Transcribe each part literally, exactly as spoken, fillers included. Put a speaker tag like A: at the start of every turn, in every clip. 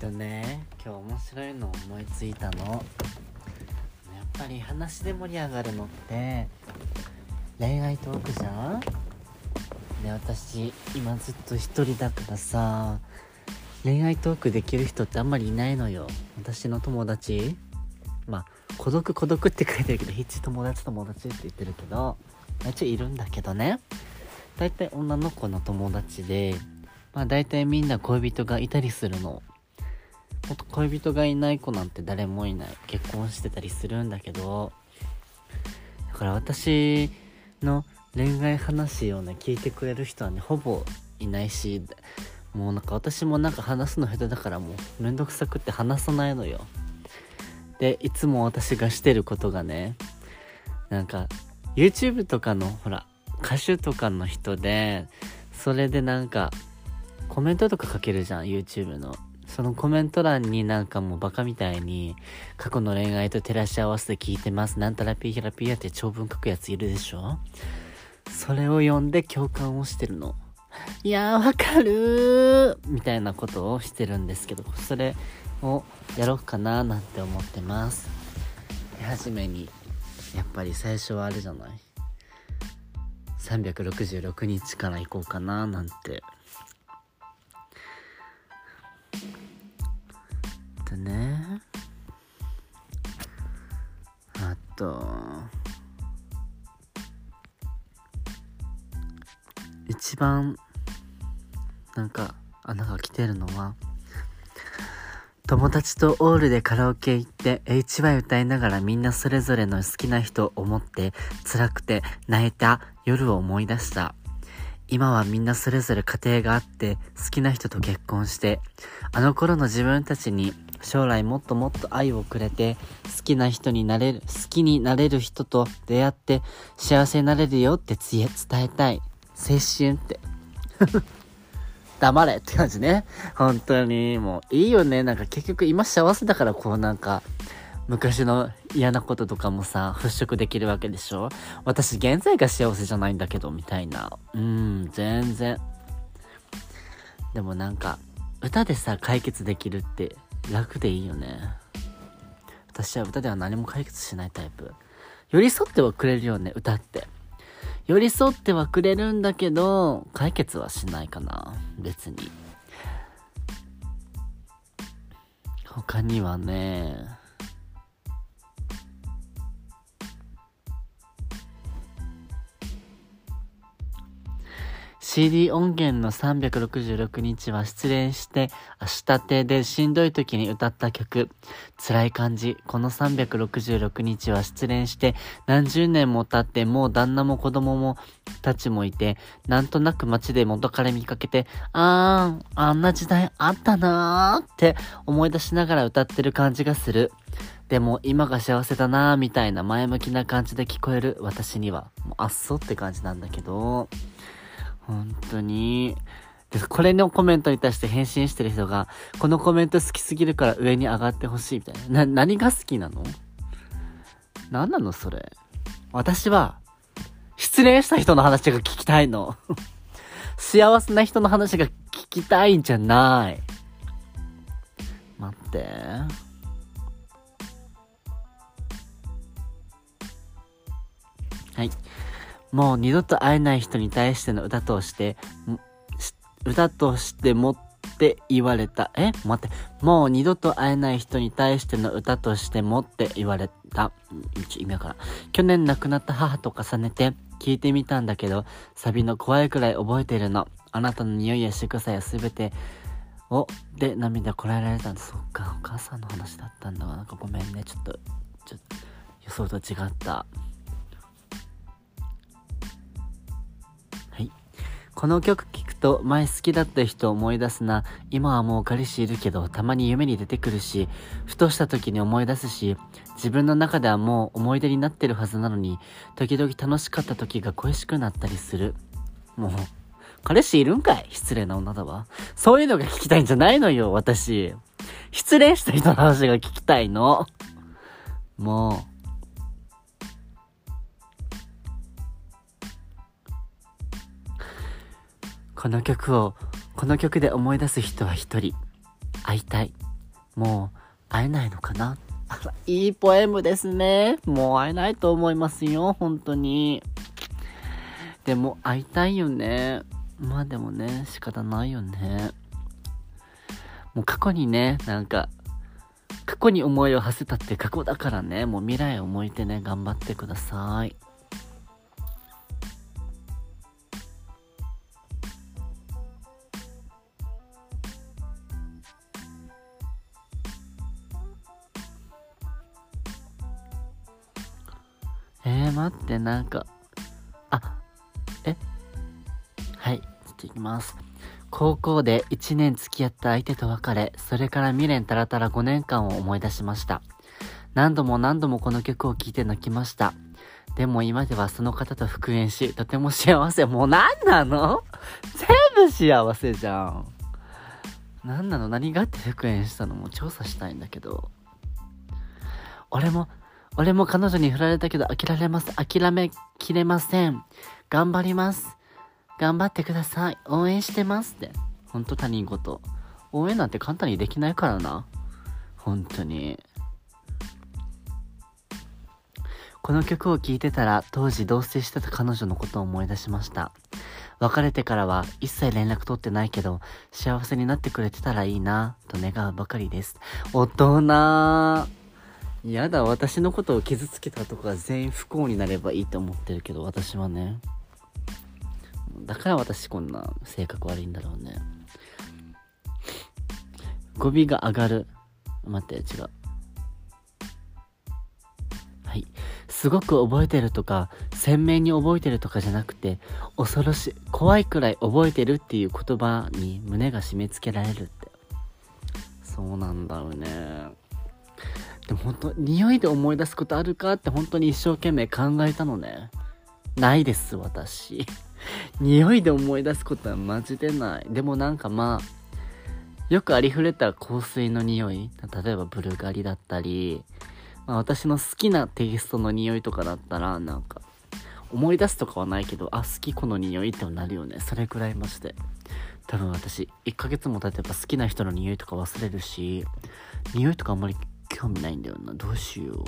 A: とね今日面白いの思いついたの。やっぱり話で盛り上がるのって恋愛トークじゃん。で私今ずっと一人だからさ、恋愛トークできる人ってあんまりいないのよ。私の友達、まあ孤独孤独って書いてるけど一友達友達って言ってるけど、一応いるんだけどね、だいたい女の子の友達で、まあだいたいみんな恋人がいたりするの。もっと恋人がいない子なんて誰もいない。結婚してたりするんだけど、だから私の恋愛話をね聞いてくれる人はねほぼいないし、もうなんか私もなんか話すの下手だからもうめんどくさくって話さないのよ。でいつも私がしてることがね、なんか YouTube とかのほら歌手とかの人で、それでなんかコメントとか書けるじゃん YouTube の。そのコメント欄になんかもうバカみたいに過去の恋愛と照らし合わせて聞いてますなんたらピーヒラピーヤって長文書くやついるでしょ。それを読んで共感をしてるの。いやーわかるーみたいなことをしてるんですけど、それをやろうかななんて思ってます。はじめにやっぱり最初はあれじゃない、さんびゃくろくじゅうろくにちから行こうかななんて。でね、あと一番なんか穴が来てるのは、友達とオールでカラオケ行って エイチワイ 歌いながらみんなそれぞれの好きな人を思って辛くて泣いた夜を思い出した。今はみんなそれぞれ家庭があって好きな人と結婚して、あの頃の自分たちに将来もっともっと愛をくれて好きな人になれる、好きになれる人と出会って幸せになれるよって伝えたい。青春って黙れって感じね。本当にもういいよね。なんか結局今幸せだからこうなんか昔の嫌なこととかもさ払拭できるわけでしょ。私現在が幸せじゃないんだけどみたいな。うーん全然。でもなんか歌でさ解決できるって楽でいいよね。私は歌では何も解決しないタイプ。寄り添ってはくれるよね歌って。寄り添ってはくれるんだけど解決はしないかな別に。他にはね、シーディー 音源のさんびゃくろくじゅうろくにちは失恋してしたてでしんどい時に歌った曲。辛い感じ。このさんびゃくろくじゅうろくにちは失恋して何十年も経ってもう旦那も子供もたちもいて、なんとなく街で元彼見かけて、あーあんな時代あったなーって思い出しながら歌ってる感じがする。でも今が幸せだなーみたいな前向きな感じで聞こえる私には。もうあっそって感じなんだけど、本当に。で、これのコメントに対して返信してる人が、このコメント好きすぎるから上に上がってほしいみたいな。な、何が好きなの？何なのそれ。私は、失恋した人の話が聞きたいの。幸せな人の話が聞きたいんじゃない。待って。はい。もう二度と会えない人に対しての歌として、歌としてもって言われた。え待って。もう二度と会えない人に対しての歌としてもって言われた。意味わからん。去年亡くなった母と重ねて聞いてみたんだけど、サビの怖いくらい覚えてるの。あなたの匂いや仕草やすべてを、で涙こらえられたんだ。そっか、お母さんの話だったんだわ。なんかごめんね。ちょっと、ちょっと、予想と違った。この曲聴くと前好きだった人を思い出すな。今はもう彼氏いるけどたまに夢に出てくるし、ふとした時に思い出すし、自分の中ではもう思い出になってるはずなのに、時々楽しかった時が恋しくなったりする。もう彼氏いるんかい。失礼な女だわ。そういうのが聞きたいんじゃないのよ私。失恋した人の話が聞きたいの。もうこの曲を、この曲で思い出す人は一人。会いたい。 もう会えないのかな。あら、いいポエムですね。もう会えないと思いますよ、本当に。でも会いたいよね。まあでもね、仕方ないよね。もう過去にね、なんか過去に思いを馳せたって過去だからね、もう未来を向いてね、頑張ってください。えー、待って、なんか、あ、えはい、ちょっといきます。高校でいちねん付き合った相手と別れ、それから未練たらたらごねんかんを思い出しました。何度も何度もこの曲を聴いて泣きました。でも今ではその方と復縁し、とても幸せ。もう何なの？全部幸せじゃん。何なの？何があって復縁したの？もう調査したいんだけど。俺も、俺も彼女に振られたけど諦めます。諦めきれません。頑張ります。頑張ってください。応援してますって。ほんと他人事。応援なんて簡単にできないからな。本当に。この曲を聴いてたら当時同棲してた彼女のことを思い出しました。別れてからは一切連絡取ってないけど幸せになってくれてたらいいなと願うばかりです。大人。やだ、私のことを傷つけたとか全員不幸になればいいと思ってるけど、私はね、だから私こんな性格悪いんだろうね。語尾が上がる。待って、違う。はい。すごく覚えてるとか、鮮明に覚えてるとかじゃなくて、恐ろしい、怖いくらい覚えてるっていう言葉に胸が締め付けられるって。そうなんだろうね。でも本当、匂いで思い出すことあるかって本当に一生懸命考えたのね。ないです、私。匂いで思い出すことはマジでない。でもなんかまあ、よくありふれた香水の匂い、例えばブルガリだったり、まあ、私の好きなテイストの匂いとかだったらなんか思い出すとかはないけど、あ、好きこの匂いってなるよね。それくらいまして。多分私いっかげつも経てば好きな人の匂いとか忘れるし、匂いとかあんまり興味ないんだよな。どうしよう。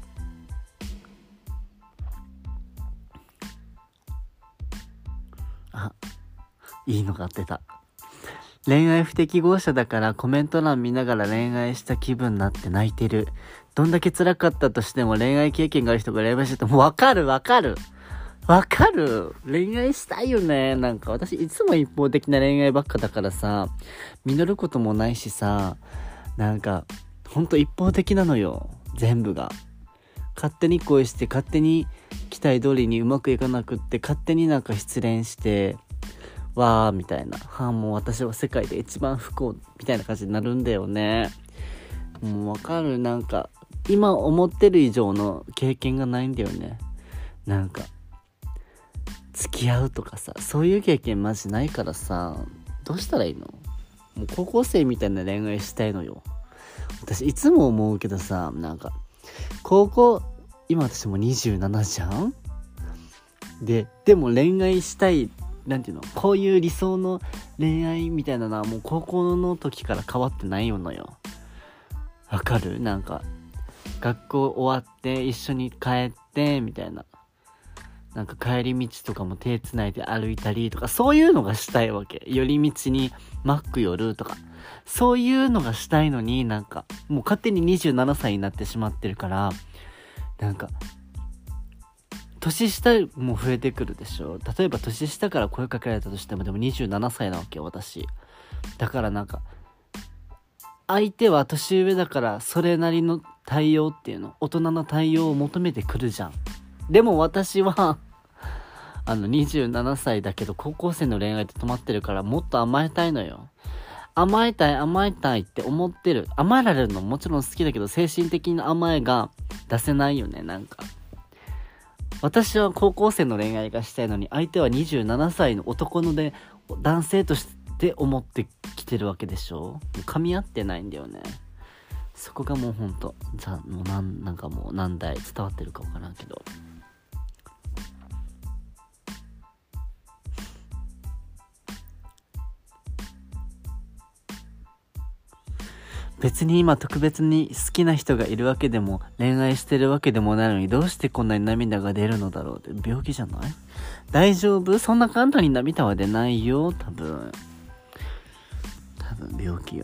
A: あ、いいのが出た。恋愛不適合者だからコメント欄見ながら恋愛した気分になって泣いてる。どんだけ辛かったとしても恋愛経験がある人が恋愛しててもわかるわかるわかる。恋愛したいよね。なんか私いつも一方的な恋愛ばっかだからさ、実ることもないしさ、なんかほんと一方的なのよ。全部が。勝手に恋して勝手に期待通りにうまくいかなくって勝手になんか失恋してわーみたいな、はあ、もう私は世界で一番不幸みたいな感じになるんだよね。もうわかる。なんか今思ってる以上の経験がないんだよね。なんか付き合うとかさ、そういう経験マジないからさ、どうしたらいいの？もう高校生みたいな恋愛したいのよ。私いつも思うけどさ、なんか高校、今私もにじゅうななじゃん。ででも恋愛したい、なんていうの、こういう理想の恋愛みたいなのはもう高校の時から変わってないのよ。わかる？なんか学校終わって一緒に帰ってみたいな、なんか帰り道とかも手つないで歩いたりとか、そういうのがしたいわけ。寄り道にマック寄るとか、そういうのがしたいのに、なんかもう勝手ににじゅうななさいになってしまってるから、なんか年下も増えてくるでしょ。例えば年下から声かけられたとしても、でもにじゅうななさいなわけよ、私。だからなんか相手は年上だからそれなりの対応っていうの、大人の対応を求めてくるじゃん。でも私はあのにじゅうななさいだけど高校生の恋愛で止まってるから、もっと甘えたいのよ。甘えたい甘えたいって思ってる。甘えられるのもちろん好きだけど、精神的な甘えが出せないよね。なんか私は高校生の恋愛がしたいのに、相手はにじゅうななさいの男ので男性として思ってきてるわけでしょ。噛み合ってないんだよね。そこがもうほんとざもうなんなんかもう何代伝わってるか分からんけど、 別に今特別に好きな人がいるわけでも恋愛してるわけでもないのに、どうしてこんなに涙が出るのだろうって。病気じゃない？大丈夫？そんな簡単に涙は出ないよ。多分多分病気よ。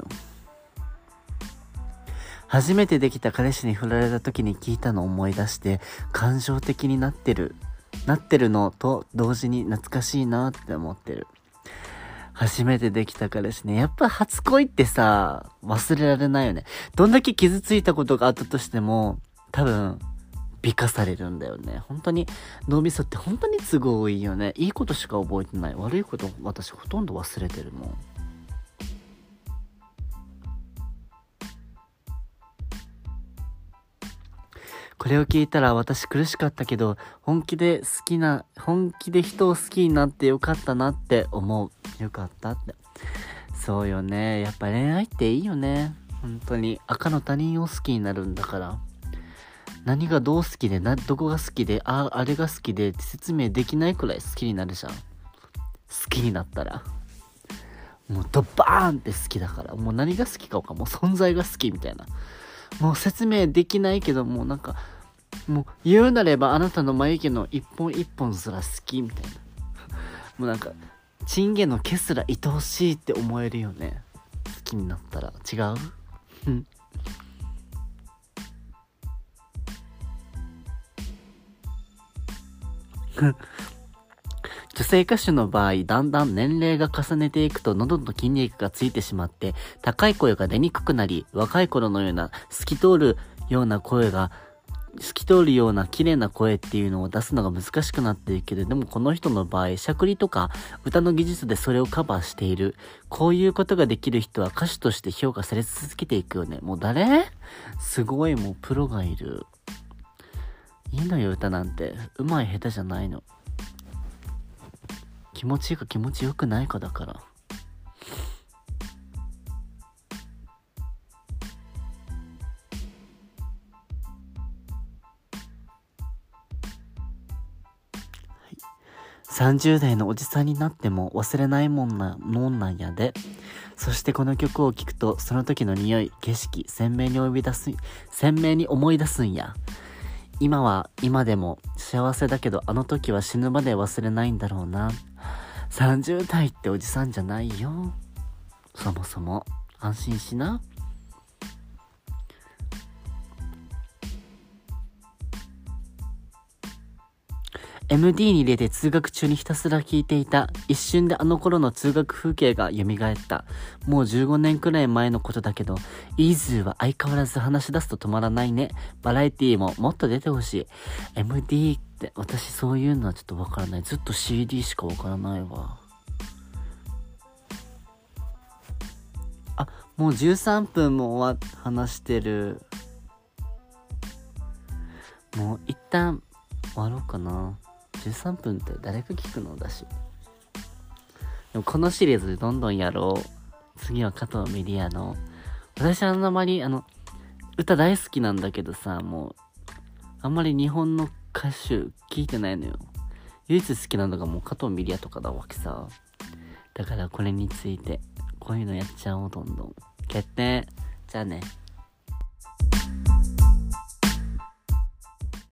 A: 初めてできた彼氏に振られた時に聞いたのを思い出して感情的になってるなってるのと同時に懐かしいなって思ってる。初めてできた彼氏ね。やっぱ初恋ってさ、忘れられないよね。どんだけ傷ついたことがあったとしても、多分、美化されるんだよね。本当に、脳みそって本当に都合多いよね。いいことしか覚えてない。悪いこと私ほとんど忘れてるもん。これを聞いたら私苦しかったけど、本気で好きな、本気で人を好きになってよかったなって思う。よかったって。そうよね。やっぱ恋愛っていいよね。本当に赤の他人を好きになるんだから。何がどう好きで、な、どこが好きで、あ、あれが好きでって説明できないくらい好きになるじゃん。好きになったら。もうドバーンって好きだから。もう何が好きかもう存在が好きみたいな。もう説明できないけど、もうなんか、もう言うなればあなたの眉毛の一本一本すら好きみたいな。もうなんか、チンゲの毛すら愛おしいって思えるよね。好きになったら。違う？うん女性歌手の場合、だんだん年齢が重ねていくと喉の筋肉がついてしまって、高い声が出にくくなり、若い頃のような透き通るような声が、透き通るような綺麗な声っていうのを出すのが難しくなっているけど、でもこの人の場合、しゃくりとか歌の技術でそれをカバーしている。こういうことができる人は歌手として評価され続けていくよね。もう誰？すごいもうプロがいる。いいのよ、歌なんて。上手い下手じゃないの。気持ちいいか気持ちよくないかだから。さんじゅう代のおじさんになっても忘れないもんなもんなんやで。そしてこの曲を聴くとその時の匂い、景色鮮明に思い出す鮮明に思い出すんや。今は今でも幸せだけど、あの時は死ぬまで忘れないんだろうな。さんじゅう代っておじさんじゃないよ。そもそも安心しな。エムディー に入れて通学中にひたすら聞いていた。一瞬であの頃の通学風景が蘇った。もうじゅうごねんくらい前のことだけど、イーズーは相変わらず話し出すと止まらないね。バラエティももっと出てほしい。エムディー って私そういうのはちょっとわからない。ずっと シーディー しかわからないわ。あ、もうじゅうさんぷんも終わ話してる。もう一旦終わろうかな。じゅうさんぷんって誰が聞くのだし。でもこのシリーズでどんどんやろう。次は加藤ミリアの。私はあんまりあの歌大好きなんだけどさ、もうあんまり日本の歌手聞いてないのよ。唯一好きなのがもう加藤ミリアとかだわけさ。だからこれについてこういうのやっちゃおう。どんどん決定。じゃあね。